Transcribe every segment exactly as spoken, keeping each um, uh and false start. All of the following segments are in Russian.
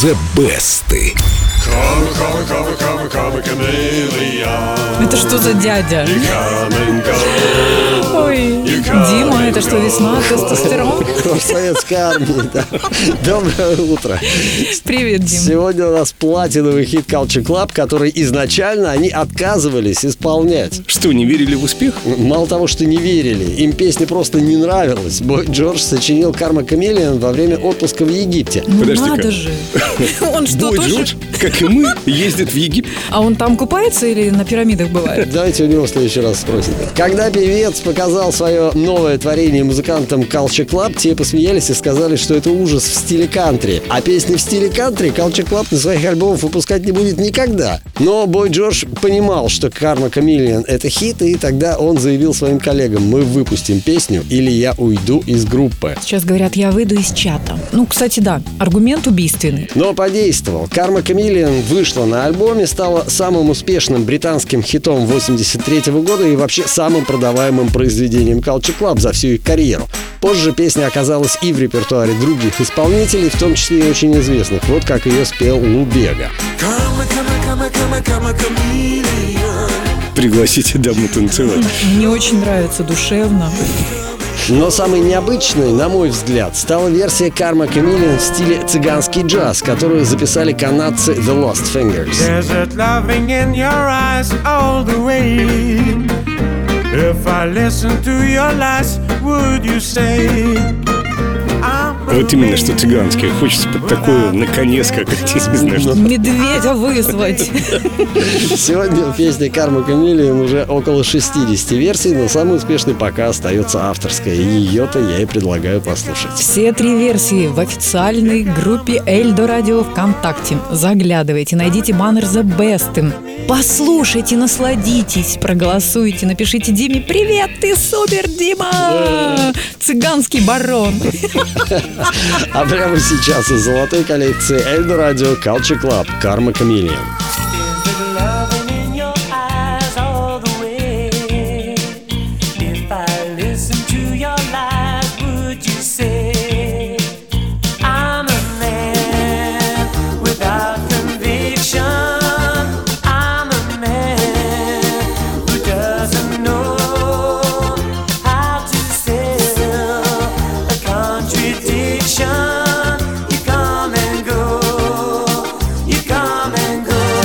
The Best. Это что за дядя? Ой, Дима, это что, весна, тестостерон? Советская армия, да. Доброе утро. Привет, Дим. Сегодня у нас платиновый хит Culture Club, который изначально они отказывались исполнять. Что, не верили в успех? Мало того, что не верили, им песня просто не нравилась. Бой Джордж сочинил Karma Chameleon во время отпуска в Египте. Ну Подожди-ка. надо же. Он что, Бой тоже? Джордж, как и мы, ездит в Египет. А он там купается или на пирамидах бывает? Давайте у него в следующий раз спросим. Когда певец показал свое новое творение музыкантам Culture Club, те посмеялись и сказали, что это ужас в стиле кантри. А песни в стиле кантри Culture Club на своих альбомах выпускать не будет никогда. Но Бой Джордж понимал, что Karma Chameleon — это хит, и тогда он заявил своим коллегам: мы выпустим песню, или я уйду из группы. Сейчас говорят, я выйду из чата. Ну, кстати, да, аргумент убийственный. Но подействовал. Karma Chameleon вышла на альбоме, стала самым успешным британским хитом восемьдесят третьего года и вообще самым продаваемым произведением Culture Club за всю их карьеру. Позже песня оказалась и в репертуаре других исполнителей, в том числе и очень известных. Вот как ее спел Лу Бега. Пригласите даму танцевать. Мне очень нравится, душевно. Но самой необычной, на мой взгляд, стала версия Karma Chameleon в стиле цыганский джаз, которую записали канадцы The Lost Fingers. Desert loving in your eyes all the way. If I listen to your lies, would you say? Вот именно, что цыганские. Хочется под такое на коне скакать, не знаю, что. Медведя вызвать. Сегодня в песне Karma Chameleon уже около шестидесяти версий, но самый успешный пока остается авторская, и ее-то я и предлагаю послушать. Все три версии в официальной группе Эльдо Радио ВКонтакте. Заглядывайте, найдите баннер The Best. Послушайте, насладитесь, проголосуйте, напишите Диме: привет, ты супер, Дима! Цыганский барон. А прямо сейчас из золотой коллекции Эльдо Радио Culture Club Karma Chameleon. You come and go, you come and go.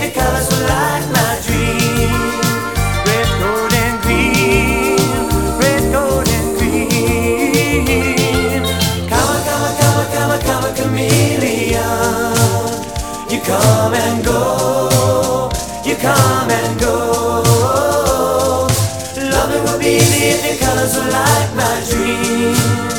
different colors were like my dream. Red, gold, and green. Red, gold, and green. Come on, come on, come on, come on, come on, chameleon. You come and go. You come and go. Love it will be the different colors were like my dream.